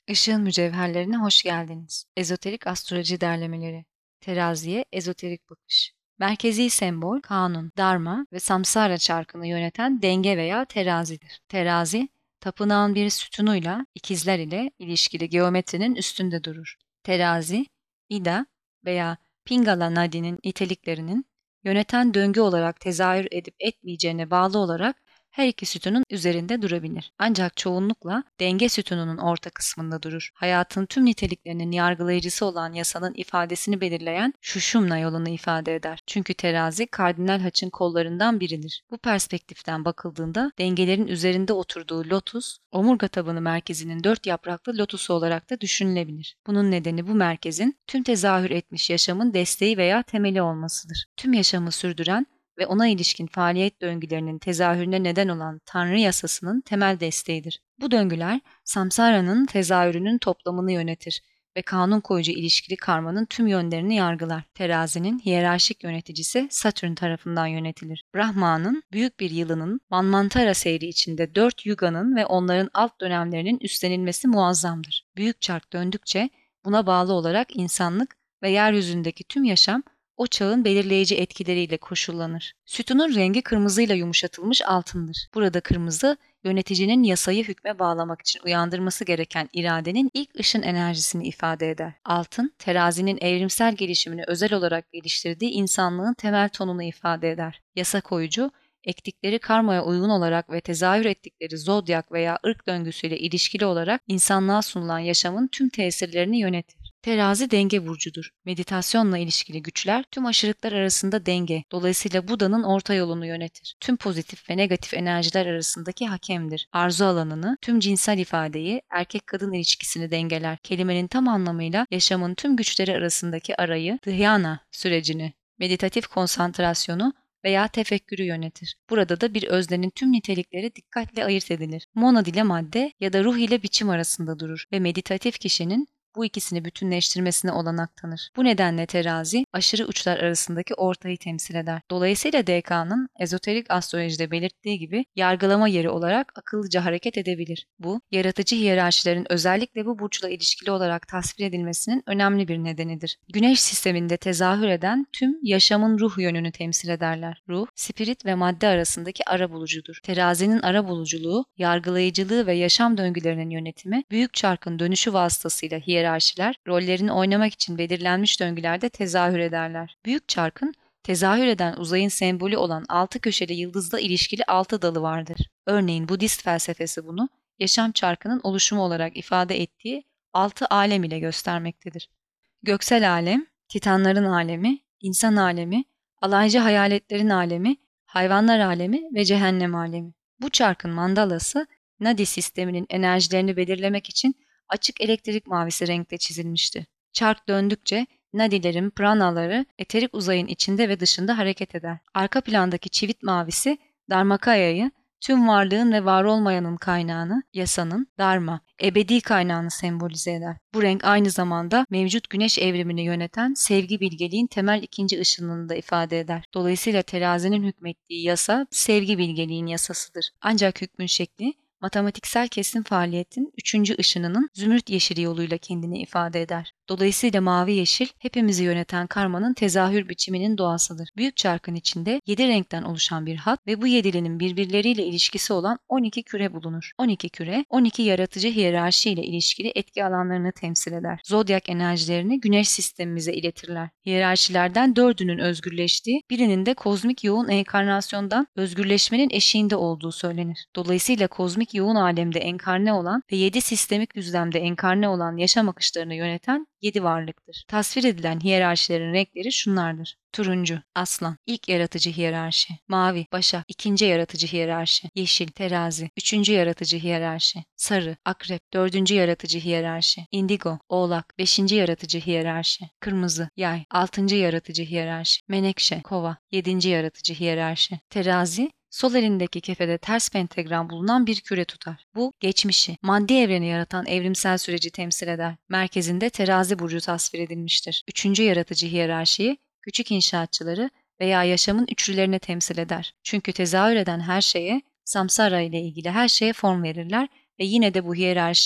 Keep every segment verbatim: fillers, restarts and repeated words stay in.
Işığın mücevherlerine hoş geldiniz. Ezoterik astroloji derlemeleri. Teraziye ezoterik bakış. Merkezi sembol, kanun, dharma ve samsara çarkını yöneten denge veya terazidir. Terazi, tapınağın bir sütunuyla ikizler ile ilişkili geometrinin üstünde durur. Terazi, Ida veya Pingala Nadi'nin niteliklerinin yöneten döngü olarak tezahür edip etmeyeceğine bağlı olarak her iki sütunun üzerinde durabilir. Ancak çoğunlukla denge sütununun orta kısmında durur. Hayatın tüm niteliklerinin yargılayıcısı olan yasanın ifadesini belirleyen Şuşumna yolunu ifade eder. Çünkü terazi kardinal haçın kollarından biridir. Bu perspektiften bakıldığında dengelerin üzerinde oturduğu lotus, omurga tabanı merkezinin dört yapraklı lotusu olarak da düşünülebilir. Bunun nedeni bu merkezin tüm tezahür etmiş yaşamın desteği veya temeli olmasıdır. Tüm yaşamı sürdüren ve ona ilişkin faaliyet döngülerinin tezahürüne neden olan Tanrı yasasının temel desteğidir. Bu döngüler samsaranın tezahürünün toplamını yönetir ve kanun koyucu ilişkili karmanın tüm yönlerini yargılar. Terazinin hiyerarşik yöneticisi Satürn tarafından yönetilir. Brahma'nın büyük bir yılının Manvantara seyri içinde dört yuganın ve onların alt dönemlerinin üstlenilmesi muazzamdır. Büyük çark döndükçe buna bağlı olarak insanlık ve yeryüzündeki tüm yaşam o çağın belirleyici etkileriyle koşullanır. Sütunun rengi kırmızıyla yumuşatılmış altındır. Burada kırmızı, yöneticinin yasayı hükme bağlamak için uyandırması gereken iradenin ilk ışın enerjisini ifade eder. Altın, terazinin evrimsel gelişimini özel olarak geliştirdiği insanlığın temel tonunu ifade eder. Yasa koyucu, ektikleri karmaya uygun olarak ve tezahür ettikleri zodyak veya ırk döngüsüyle ilişkili olarak insanlığa sunulan yaşamın tüm tesirlerini yönetir. Terazi denge burcudur. Meditasyonla ilişkili güçler tüm aşırılıklar arasında denge, dolayısıyla Buda'nın orta yolunu yönetir. Tüm pozitif ve negatif enerjiler arasındaki hakemdir. Arzu alanını, tüm cinsel ifadeyi, erkek-kadın ilişkisini dengeler. Kelimenin tam anlamıyla yaşamın tüm güçleri arasındaki arayı, dhyana sürecini, meditatif konsantrasyonu veya tefekkürü yönetir. Burada da bir öznenin tüm nitelikleri dikkatle ayırt edilir. Monad ile madde ya da ruh ile biçim arasında durur ve meditatif kişinin bu ikisini bütünleştirmesine olanak tanır. Bu nedenle terazi, aşırı uçlar arasındaki ortayı temsil eder. Dolayısıyla D K'nın ezoterik astrolojide belirttiği gibi yargılama yeri olarak akıllıca hareket edebilir. Bu, yaratıcı hiyerarşilerin özellikle bu burçla ilişkili olarak tasvir edilmesinin önemli bir nedenidir. Güneş sisteminde tezahür eden tüm yaşamın ruh yönünü temsil ederler. Ruh, spirit ve madde arasındaki arabulucudur. Terazinin arabuluculuğu, yargılayıcılığı ve yaşam döngülerinin yönetimi, büyük çarkın dönüşü vasıtasıyla hiyerarşiler, rollerini oynamak için belirlenmiş döngülerde tezahür ederler. Büyük çarkın, tezahür eden uzayın sembolü olan altı köşeli yıldızla ilişkili altı dalı vardır. Örneğin Budist felsefesi bunu, yaşam çarkının oluşumu olarak ifade ettiği altı alem ile göstermektedir. Göksel alem, titanların alemi, insan alemi, alaycı hayaletlerin alemi, hayvanlar alemi ve cehennem alemi. Bu çarkın mandalası, Nadi sisteminin enerjilerini belirlemek için açık elektrik mavisi renkte çizilmişti. Çark döndükçe nadilerin pranaları eterik uzayın içinde ve dışında hareket eder. Arka plandaki çivit mavisi Dharmakaya'yı, tüm varlığın ve var olmayanın kaynağını, yasanın, dharma, ebedi kaynağını sembolize eder. Bu renk aynı zamanda mevcut güneş evrimini yöneten sevgi bilgeliğin temel ikinci ışınını da ifade eder. Dolayısıyla terazinin hükmettiği yasa sevgi bilgeliğin yasasıdır. Ancak hükmün şekli, matematiksel kesim faaliyetin üçüncü ışınının zümrüt yeşili yoluyla kendini ifade eder. Dolayısıyla mavi yeşil hepimizi yöneten karmanın tezahür biçiminin doğasıdır. Büyük çarkın içinde yedi renkten oluşan bir hat ve bu yedilinin birbirleriyle ilişkisi olan on iki küre bulunur. on iki küre, on iki yaratıcı hiyerarşi ile ilişkili etki alanlarını temsil eder. Zodyak enerjilerini güneş sistemimize iletirler. Hiyerarşilerden dördünün özgürleştiği, birinin de kozmik yoğun enkarnasyondan özgürleşmenin eşiğinde olduğu söylenir. Dolayısıyla kozmik yoğun alemde enkarne olan ve yedi sistemik düzlemde enkarne olan yaşam akışlarını yöneten yedi varlıktır. Tasvir edilen hiyerarşilerin renkleri şunlardır. Turuncu, aslan, ilk yaratıcı hiyerarşi. Mavi, başak, ikinci yaratıcı hiyerarşi. Yeşil, terazi, üçüncü yaratıcı hiyerarşi. Sarı, akrep, dördüncü yaratıcı hiyerarşi. İndigo, oğlak, beşinci yaratıcı hiyerarşi. Kırmızı, yay, altıncı yaratıcı hiyerarşi. Menekşe, kova, yedinci yaratıcı hiyerarşi. Terazi, sol elindeki kefede ters pentagram bulunan bir küre tutar. Bu, geçmişi, maddi evreni yaratan evrimsel süreci temsil eder. Merkezinde terazi burcu tasvir edilmiştir. Üçüncü yaratıcı hiyerarşiyi, küçük inşaatçıları veya yaşamın üçlülerini temsil eder. Çünkü tezahür eden her şeye, samsara ile ilgili her şeye form verirler ve yine de bu hiyerarşi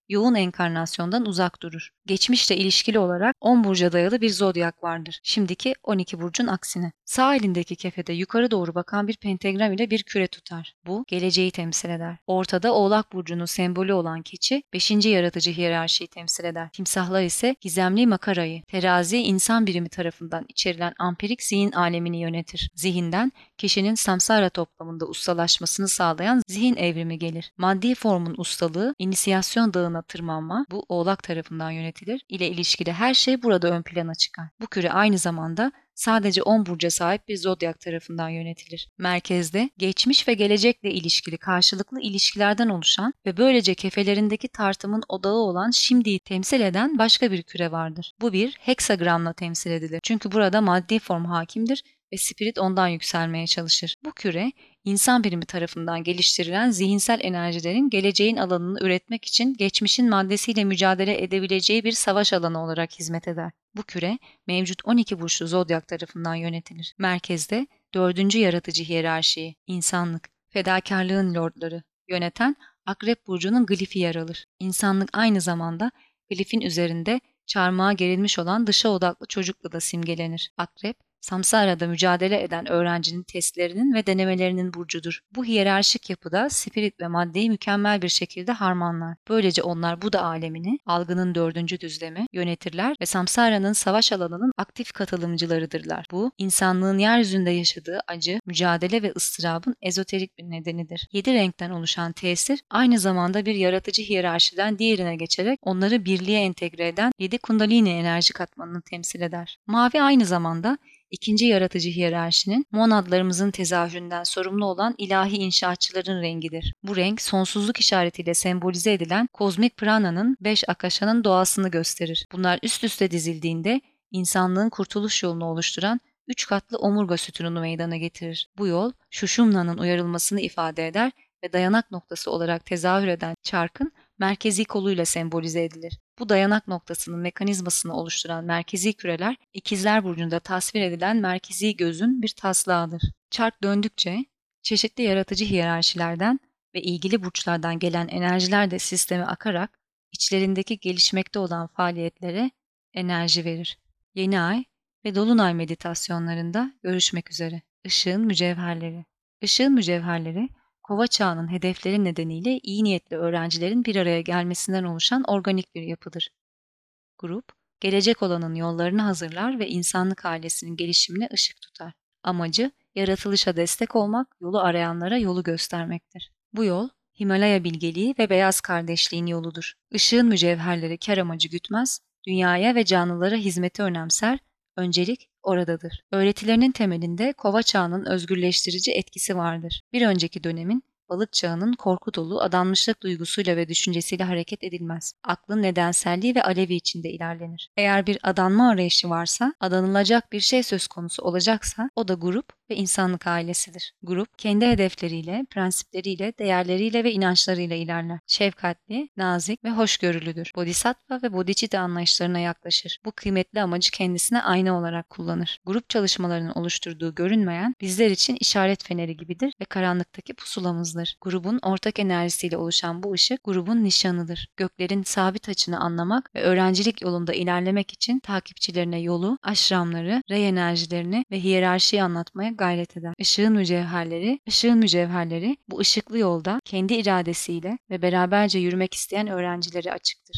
yoğun enkarnasyondan uzak durur. Geçmişle ilişkili olarak on burca dayalı bir zodyak vardır. Şimdiki on iki burcun aksine. Sağ elindeki kefede yukarı doğru bakan bir pentagram ile bir küre tutar. Bu geleceği temsil eder. Ortada Oğlak burcunun sembolü olan keçi beşinci yaratıcı hiyerarşiyi temsil eder. Timsahlar ise gizemli makarayı, terazi insan birimi tarafından içerilen ampirik zihin alemini yönetir. Zihinden kişinin samsara toplamında ustalaşmasını sağlayan zihin evrimi gelir. Maddi formun ustalığı, inisiyasyon dağına tırmanma, bu Oğlak tarafından yönetilir, ile ilişkili her şey burada ön plana çıkar. Bu küre aynı zamanda sadece on burca sahip bir zodyak tarafından yönetilir. Merkezde geçmiş ve gelecekle ilişkili karşılıklı ilişkilerden oluşan ve böylece kefelerindeki tartımın odağı olan şimdiyi temsil eden başka bir küre vardır. Bu bir heksagramla temsil edilir. Çünkü burada maddi form hakimdir ve spirit ondan yükselmeye çalışır. Bu küre, insan birimi tarafından geliştirilen zihinsel enerjilerin geleceğin alanını üretmek için geçmişin maddesiyle mücadele edebileceği bir savaş alanı olarak hizmet eder. Bu küre, mevcut on iki burçlu zodyak tarafından yönetilir. Merkezde dördüncü yaratıcı hiyerarşiyi, insanlık, fedakarlığın lordları yöneten Akrep burcunun glifi yer alır. İnsanlık aynı zamanda glifin üzerinde çarmıha gerilmiş olan dışa odaklı çocukla da simgelenir. Akrep, samsarada mücadele eden öğrencinin testlerinin ve denemelerinin burcudur. Bu hiyerarşik yapıda spirit ve maddeyi mükemmel bir şekilde harmanlar. Böylece onlar Buda alemini, algının dördüncü düzlemi, yönetirler ve samsaranın savaş alanının aktif katılımcılarıdırlar. Bu, insanlığın yeryüzünde yaşadığı acı, mücadele ve ıstırabın ezoterik bir nedenidir. Yedi renkten oluşan tesir, aynı zamanda bir yaratıcı hiyerarşiden diğerine geçerek onları birliğe entegre eden yedi kundalini enerji katmanını temsil eder. Mavi aynı zamanda İkinci yaratıcı hiyerarşinin monadlarımızın tezahüründen sorumlu olan ilahi inşaatçıların rengidir. Bu renk sonsuzluk işaretiyle sembolize edilen kozmik prana'nın beş akashanın doğasını gösterir. Bunlar üst üste dizildiğinde insanlığın kurtuluş yolunu oluşturan üç katlı omurga sütununu meydana getirir. Bu yol Shushumna'nın uyarılmasını ifade eder ve dayanak noktası olarak tezahür eden çarkın merkezi koluyla sembolize edilir. Bu dayanak noktasının mekanizmasını oluşturan merkezi küreler, İkizler Burcu'nda tasvir edilen merkezi gözün bir taslağıdır. Çark döndükçe çeşitli yaratıcı hiyerarşilerden ve ilgili burçlardan gelen enerjiler de sisteme akarak içlerindeki gelişmekte olan faaliyetlere enerji verir. Yeni ay ve dolunay meditasyonlarında görüşmek üzere. Işığın mücevherleri. Işığın mücevherleri, Kova çağının hedefleri nedeniyle iyi niyetli öğrencilerin bir araya gelmesinden oluşan organik bir yapıdır. Grup, gelecek olanın yollarını hazırlar ve insanlık ailesinin gelişimine ışık tutar. Amacı, yaratılışa destek olmak, yolu arayanlara yolu göstermektir. Bu yol, Himalaya bilgeliği ve beyaz kardeşliğin yoludur. Işığın mücevherleri kar amacı gütmez, dünyaya ve canlılara hizmeti önemser, öncelik oradadır. Öğretilerinin temelinde Kova çağının özgürleştirici etkisi vardır. Bir önceki dönemin Balık çağının korku dolu adanmışlık duygusuyla ve düşüncesiyle hareket edilmez. Aklın nedenselliği ve alevi içinde ilerlenir. Eğer bir adanma arayışı varsa, adanılacak bir şey söz konusu olacaksa o da grup ve insanlık ailesidir. Grup, kendi hedefleriyle, prensipleriyle, değerleriyle ve inançlarıyla ilerler. Şefkatli, nazik ve hoşgörülüdür. Bodhisattva ve Bodhicitta anlayışlarına yaklaşır. Bu kıymetli amacı kendisine ayna olarak kullanır. Grup çalışmalarının oluşturduğu görünmeyen, bizler için işaret feneri gibidir ve karanlıktaki pusulamızdır. Grubun ortak enerjisiyle oluşan bu ışık, grubun nişanıdır. Göklerin sabit açını anlamak ve öğrencilik yolunda ilerlemek için takipçilerine yolu, aşramları, rey enerjilerini ve hiyerarşiyi anlatmaya gayret eder. Işığın mücevherleri, ışığın mücevherleri bu ışıklı yolda kendi iradesiyle ve beraberce yürümek isteyen öğrencileri açıktır.